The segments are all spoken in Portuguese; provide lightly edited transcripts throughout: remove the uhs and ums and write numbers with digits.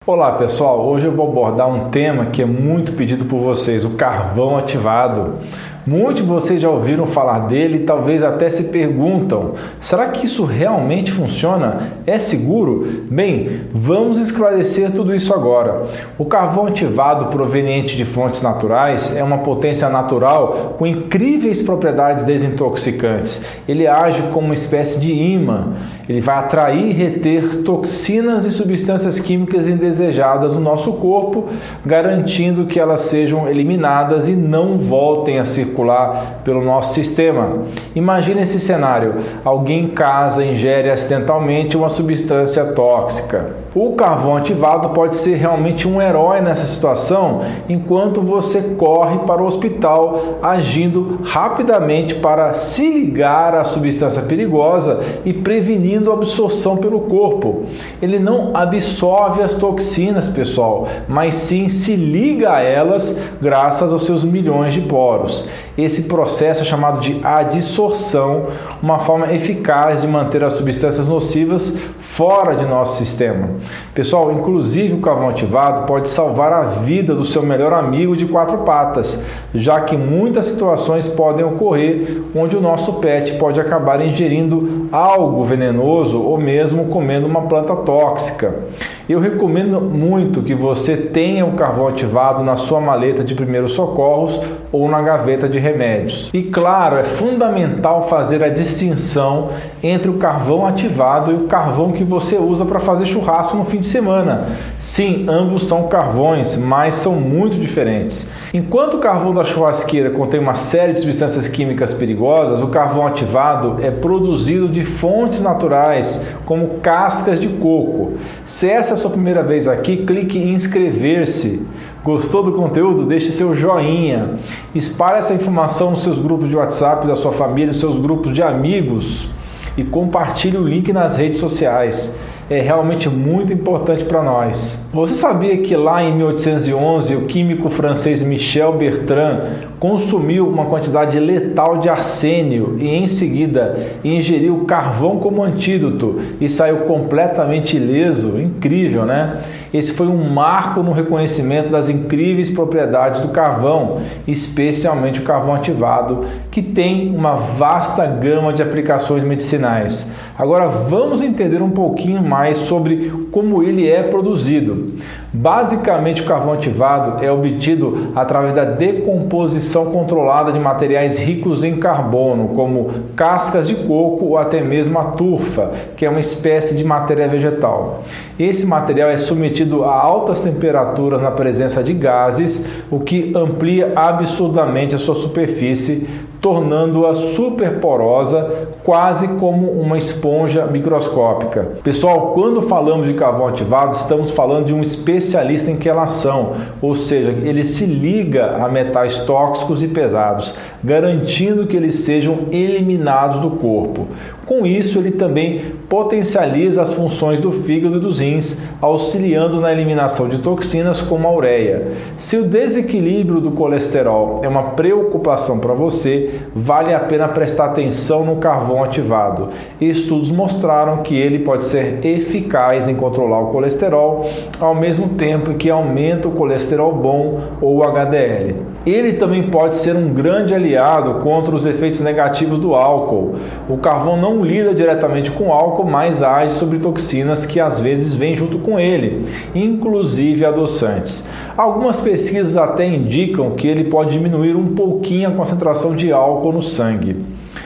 Olá pessoal, hoje eu vou abordar um tema que é muito pedido por vocês, o carvão ativado. Muitos de vocês já ouviram falar dele e talvez até se perguntam, será que isso realmente funciona? É seguro? Bem, vamos esclarecer tudo isso agora. O carvão ativado proveniente de fontes naturais é uma potência natural com incríveis propriedades desintoxicantes. Ele age como uma espécie de ímã. Ele vai atrair e reter toxinas e substâncias químicas indesejadas no nosso corpo, garantindo que elas sejam eliminadas e não voltem a circular pelo nosso sistema. Imagine esse cenário: alguém em casa ingere acidentalmente uma substância tóxica. O carvão ativado pode ser realmente um herói nessa situação, enquanto você corre para o hospital agindo rapidamente para se ligar à substância perigosa e prevenindo a absorção pelo corpo. Ele não absorve as toxinas, pessoal, mas sim se liga a elas graças aos seus milhões de poros. Esse processo é chamado de adsorção, uma forma eficaz de manter as substâncias nocivas fora de nosso sistema. Pessoal, inclusive o carvão ativado pode salvar a vida do seu melhor amigo de quatro patas, já que muitas situações podem ocorrer onde o nosso pet pode acabar ingerindo algo venenoso ou mesmo comendo uma planta tóxica. Eu recomendo muito que você tenha o carvão ativado na sua maleta de primeiros socorros ou na gaveta de remédios. E claro, é fundamental fazer a distinção entre o carvão ativado e o carvão que você usa para fazer churrasco no fim de semana. Sim, ambos são carvões, mas são muito diferentes. Enquanto o carvão da churrasqueira contém uma série de substâncias químicas perigosas, o carvão ativado é produzido de fontes naturais, como cascas de coco. Se essa é a sua primeira vez aqui, clique em inscrever-se. Gostou do conteúdo? Deixe seu joinha. Espalhe essa informação nos seus grupos de WhatsApp, da sua família, nos seus grupos de amigos e compartilhe o link nas redes sociais. É realmente muito importante para nós. Você sabia que lá em 1811 o químico francês Michel Bertrand consumiu uma quantidade letal de arsênio e em seguida ingeriu carvão como antídoto e saiu completamente ileso? Incrível, né? Esse foi um marco no reconhecimento das incríveis propriedades do carvão, especialmente o carvão ativado, que tem uma vasta gama de aplicações medicinais. Agora vamos entender um pouquinho mais sobre como ele é produzido. Basicamente, o carvão ativado é obtido através da decomposição controlada de materiais ricos em carbono, como cascas de coco ou até mesmo a turfa, que é uma espécie de matéria vegetal. Esse material é submetido a altas temperaturas na presença de gases, o que amplia absurdamente a sua superfície, tornando-a super porosa, quase como uma esponja microscópica. Pessoal, quando falamos de carvão ativado, estamos falando de um especialista em quelação, ou seja, ele se liga a metais tóxicos e pesados, garantindo que eles sejam eliminados do corpo. Com isso, ele também potencializa as funções do fígado e dos rins, auxiliando na eliminação de toxinas como a ureia. Se o desequilíbrio do colesterol é uma preocupação para você, vale a pena prestar atenção no carvão ativado. Estudos mostraram que ele pode ser eficaz em controlar o colesterol, ao mesmo tempo que aumenta o colesterol bom ou o HDL. Ele também pode ser um grande aliado contra os efeitos negativos do álcool. O carvão não lida diretamente com o álcool, mas age sobre toxinas que às vezes vêm junto com ele, inclusive adoçantes. Algumas pesquisas até indicam que ele pode diminuir um pouquinho a concentração de álcool no sangue.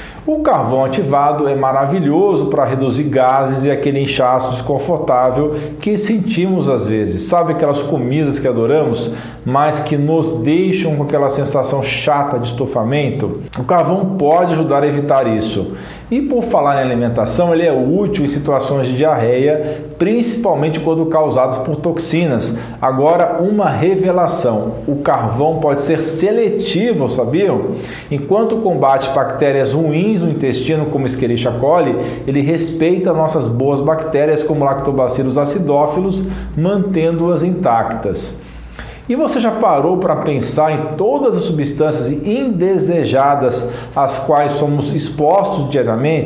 O carvão ativado é maravilhoso para reduzir gases e aquele inchaço desconfortável que sentimos às vezes. Sabe aquelas comidas que adoramos, mas que nos deixam com aquela sensação chata de estofamento? O carvão pode ajudar a evitar isso. E por falar em alimentação, ele é útil em situações de diarreia, principalmente quando causadas por toxinas. Agora, uma revelação: o carvão pode ser seletivo, sabiam? Enquanto combate bactérias ruins no intestino, como Escherichia coli, ele respeita nossas boas bactérias, como Lactobacillus acidófilos, mantendo-as intactas. E você já parou para pensar em todas as substâncias indesejadas às quais somos expostos diariamente?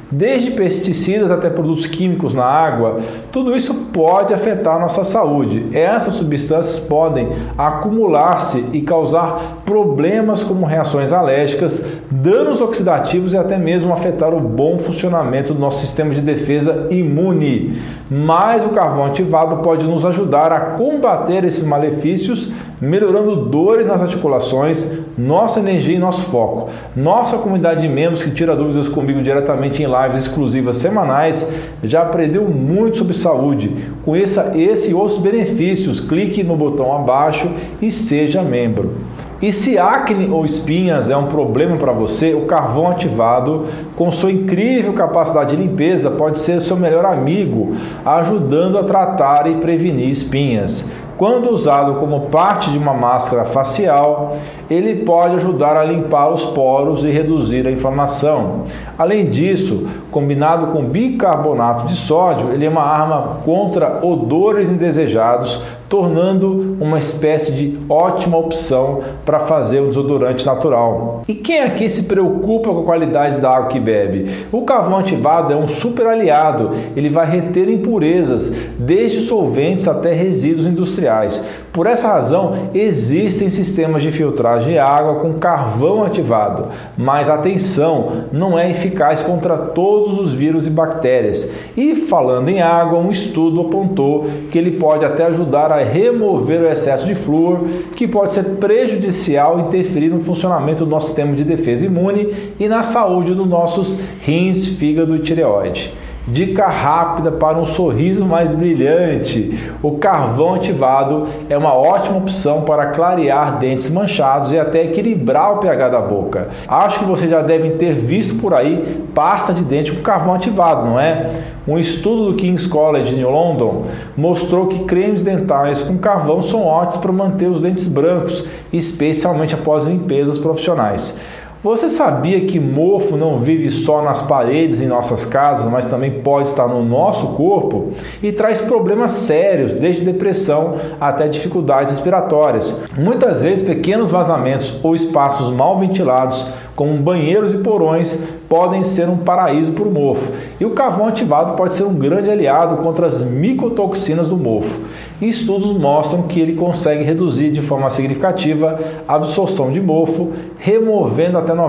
desde pesticidas até produtos químicos na água, tudo isso pode afetar a nossa saúde. Essas substâncias podem acumular-se e causar problemas como reações alérgicas, danos oxidativos e até mesmo afetar o bom funcionamento do nosso sistema de defesa imune. Mas o carvão ativado pode nos ajudar a combater esses malefícios, melhorando dores nas articulações, nossa energia e nosso foco. Nossa comunidade de membros que tira dúvidas comigo diretamente em lives exclusivas semanais já aprendeu muito sobre saúde. Conheça esse e outros benefícios. Clique no botão abaixo e seja membro. E se acne ou espinhas é um problema para você, o carvão ativado, com sua incrível capacidade de limpeza, pode ser o seu melhor amigo, ajudando a tratar e prevenir espinhas. Quando usado como parte de uma máscara facial, ele pode ajudar a limpar os poros e reduzir a inflamação. Além disso, combinado com bicarbonato de sódio, ele é uma arma contra odores indesejados, tornando uma espécie de ótima opção para fazer um desodorante natural. E quem aqui se preocupa com a qualidade da água que bebe? O carvão ativado é um super aliado, ele vai reter impurezas, desde solventes até resíduos industriais. Por essa razão, existem sistemas de filtragem de água com carvão ativado, mas atenção, não é eficaz contra todos os vírus e bactérias. E falando em água, um estudo apontou que ele pode até ajudar a remover o excesso de flúor, que pode ser prejudicial e interferir no funcionamento do nosso sistema de defesa imune e na saúde dos nossos rins, fígado e tireoide. Dica rápida para um sorriso mais brilhante: o carvão ativado é uma ótima opção para clarear dentes manchados e até equilibrar o pH da boca. Acho que vocês já devem ter visto por aí pasta de dente com carvão ativado, não é? Um estudo do King's College em London mostrou que cremes dentais com carvão são ótimos para manter os dentes brancos, especialmente após limpezas profissionais. Você sabia que mofo não vive só nas paredes em nossas casas, mas também pode estar no nosso corpo e traz problemas sérios, desde depressão até dificuldades respiratórias. Muitas vezes, pequenos vazamentos ou espaços mal ventilados, como banheiros e porões, podem ser um paraíso para o mofo. E o carvão ativado pode ser um grande aliado contra as micotoxinas do mofo. E estudos mostram que ele consegue reduzir de forma significativa a absorção de mofo, removendo até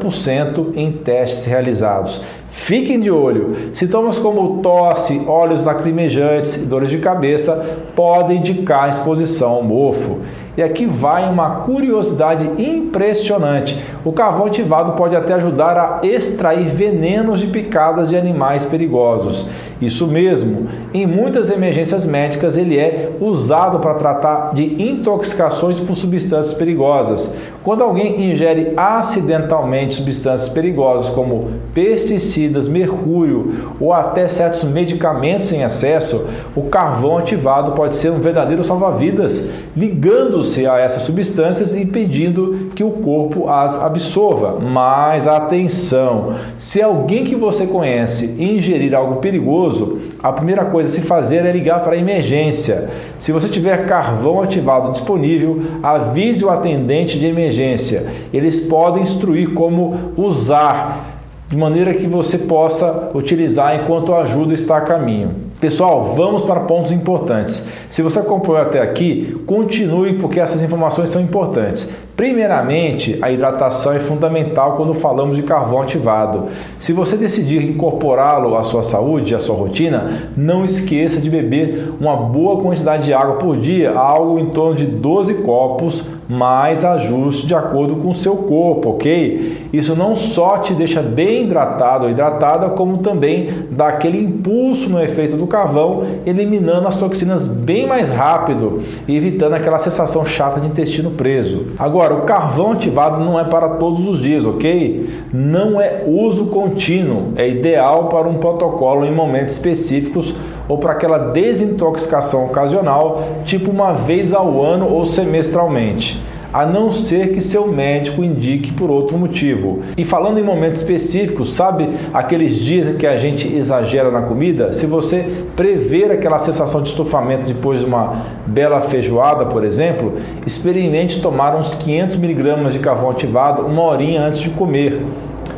90% em testes realizados. Fiquem de olho, sintomas como tosse, olhos lacrimejantes e dores de cabeça podem indicar exposição ao mofo. E aqui vai uma curiosidade impressionante: o carvão ativado pode até ajudar a extrair venenos de picadas de animais perigosos. Isso mesmo, em muitas emergências médicas ele é usado para tratar de intoxicações por substâncias perigosas. Quando alguém ingere acidentalmente substâncias perigosas como pesticidas, mercúrio ou até certos medicamentos em excesso, o carvão ativado pode ser um verdadeiro salva-vidas, ligando-se a essas substâncias e impedindo que o corpo as absorva. Mas atenção, se alguém que você conhece ingerir algo perigoso, a primeira coisa a se fazer é ligar para a emergência. Se você tiver carvão ativado disponível, avise o atendente de emergência. Eles podem instruir como usar, de maneira que você possa utilizar enquanto a ajuda está a caminho. Pessoal, vamos para pontos importantes. Se você acompanhou até aqui, continue, porque essas informações são importantes. Primeiramente, a hidratação é fundamental quando falamos de carvão ativado. Se você decidir incorporá-lo à sua saúde, à sua rotina, não esqueça de beber uma boa quantidade de água por dia, algo em torno de 12 copos, mais ajuste de acordo com o seu corpo, ok? Isso não só te deixa bem hidratado ou hidratada, como também dá aquele impulso no efeito do carvão, eliminando as toxinas bem mais rápido e evitando aquela sensação chata de intestino preso. Agora, o carvão ativado não é para todos os dias, ok? Não é uso contínuo, é ideal para um protocolo em momentos específicos ou para aquela desintoxicação ocasional, tipo uma vez ao ano ou semestralmente, a não ser que seu médico indique por outro motivo. E falando em momentos específicos, sabe aqueles dias em que a gente exagera na comida? Se você prever aquela sensação de estufamento depois de uma bela feijoada, por exemplo, experimente tomar uns 500 mg de carvão ativado uma horinha antes de comer.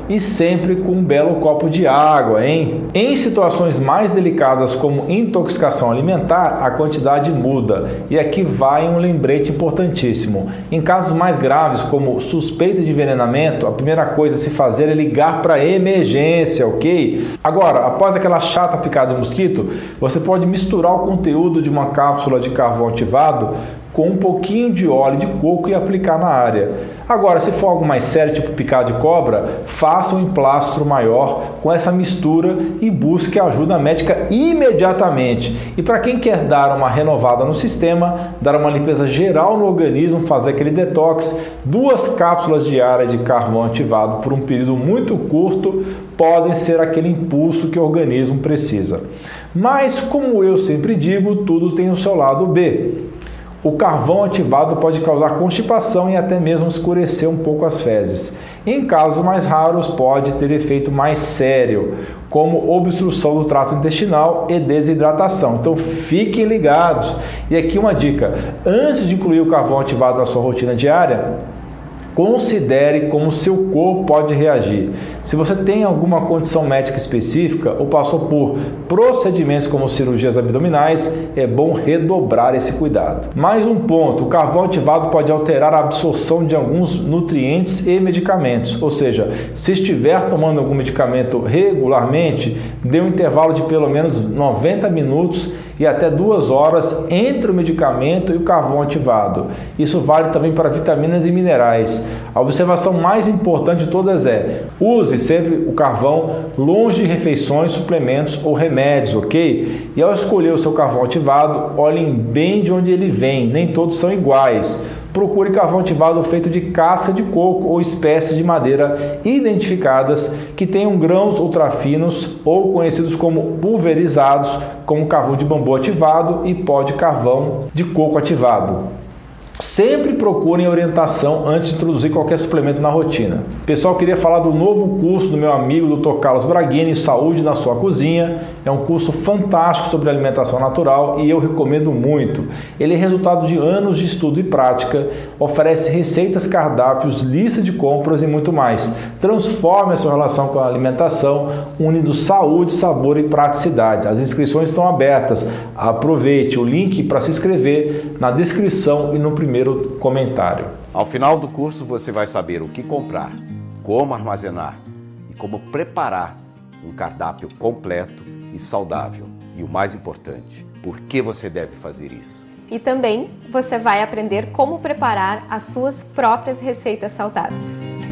e sempre com um belo copo de água, hein? Em situações mais delicadas como intoxicação alimentar, a quantidade muda. E aqui vai um lembrete importantíssimo. Em casos mais graves, como suspeita de envenenamento, a primeira coisa a se fazer é ligar para emergência, ok? Agora, após aquela chata picada de mosquito, você pode misturar o conteúdo de uma cápsula de carvão ativado com um pouquinho de óleo de coco e aplicar na área. Agora, se for algo mais sério, tipo picada de cobra, faça um emplastro maior com essa mistura e busque ajuda médica imediatamente. E para quem quer dar uma renovada no sistema, dar uma limpeza geral no organismo, fazer aquele detox, 2 cápsulas diárias de carvão ativado por um período muito curto podem ser aquele impulso que o organismo precisa. Mas, como eu sempre digo, tudo tem o seu lado B. O carvão ativado pode causar constipação e até mesmo escurecer um pouco as fezes. Em casos mais raros, pode ter efeito mais sério, como obstrução do trato intestinal e desidratação. Então fiquem ligados. E aqui uma dica: antes de incluir o carvão ativado na sua rotina diária, considere como seu corpo pode reagir. Se você tem alguma condição médica específica ou passou por procedimentos como cirurgias abdominais, é bom redobrar esse cuidado. Mais um ponto: o carvão ativado pode alterar a absorção de alguns nutrientes e medicamentos. Ou seja, se estiver tomando algum medicamento regularmente, dê um intervalo de pelo menos 90 minutos e até 2 horas entre o medicamento e o carvão ativado. Isso vale também para vitaminas e minerais. A observação mais importante de todas é: use sempre o carvão longe de refeições, suplementos ou remédios, ok? E ao escolher o seu carvão ativado, olhem bem de onde ele vem, nem todos são iguais. Procure carvão ativado feito de casca de coco ou espécies de madeira identificadas que tenham grãos ultrafinos ou conhecidos como pulverizados, como carvão de bambu ativado e pó de carvão de coco ativado. Sempre procurem orientação antes de introduzir qualquer suplemento na rotina. Pessoal, queria falar do novo curso do meu amigo Dr. Carlos Braghini, Saúde na Sua Cozinha. É um curso fantástico sobre alimentação natural e eu recomendo muito. Ele é resultado de anos de estudo e prática, oferece receitas, cardápios, lista de compras e muito mais. Transforme a sua relação com a alimentação, unindo saúde, sabor e praticidade. As inscrições estão abertas. Aproveite o link para se inscrever na descrição e no primeiro comentário. Ao final do curso você vai saber o que comprar, como armazenar e como preparar um cardápio completo e saudável. E o mais importante, por que você deve fazer isso. E também você vai aprender como preparar as suas próprias receitas saudáveis.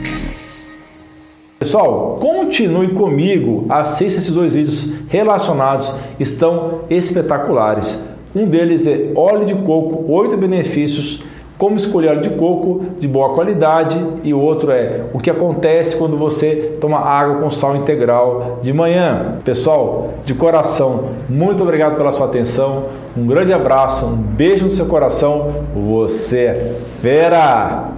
Pessoal, continue comigo, assista esses 2 vídeos relacionados, estão espetaculares. Um deles é óleo de coco, 8 benefícios, como escolher óleo de coco de boa qualidade, e o outro é o que acontece quando você toma água com sal integral de manhã. Pessoal, de coração, muito obrigado pela sua atenção, um grande abraço, um beijo no seu coração, você é fera!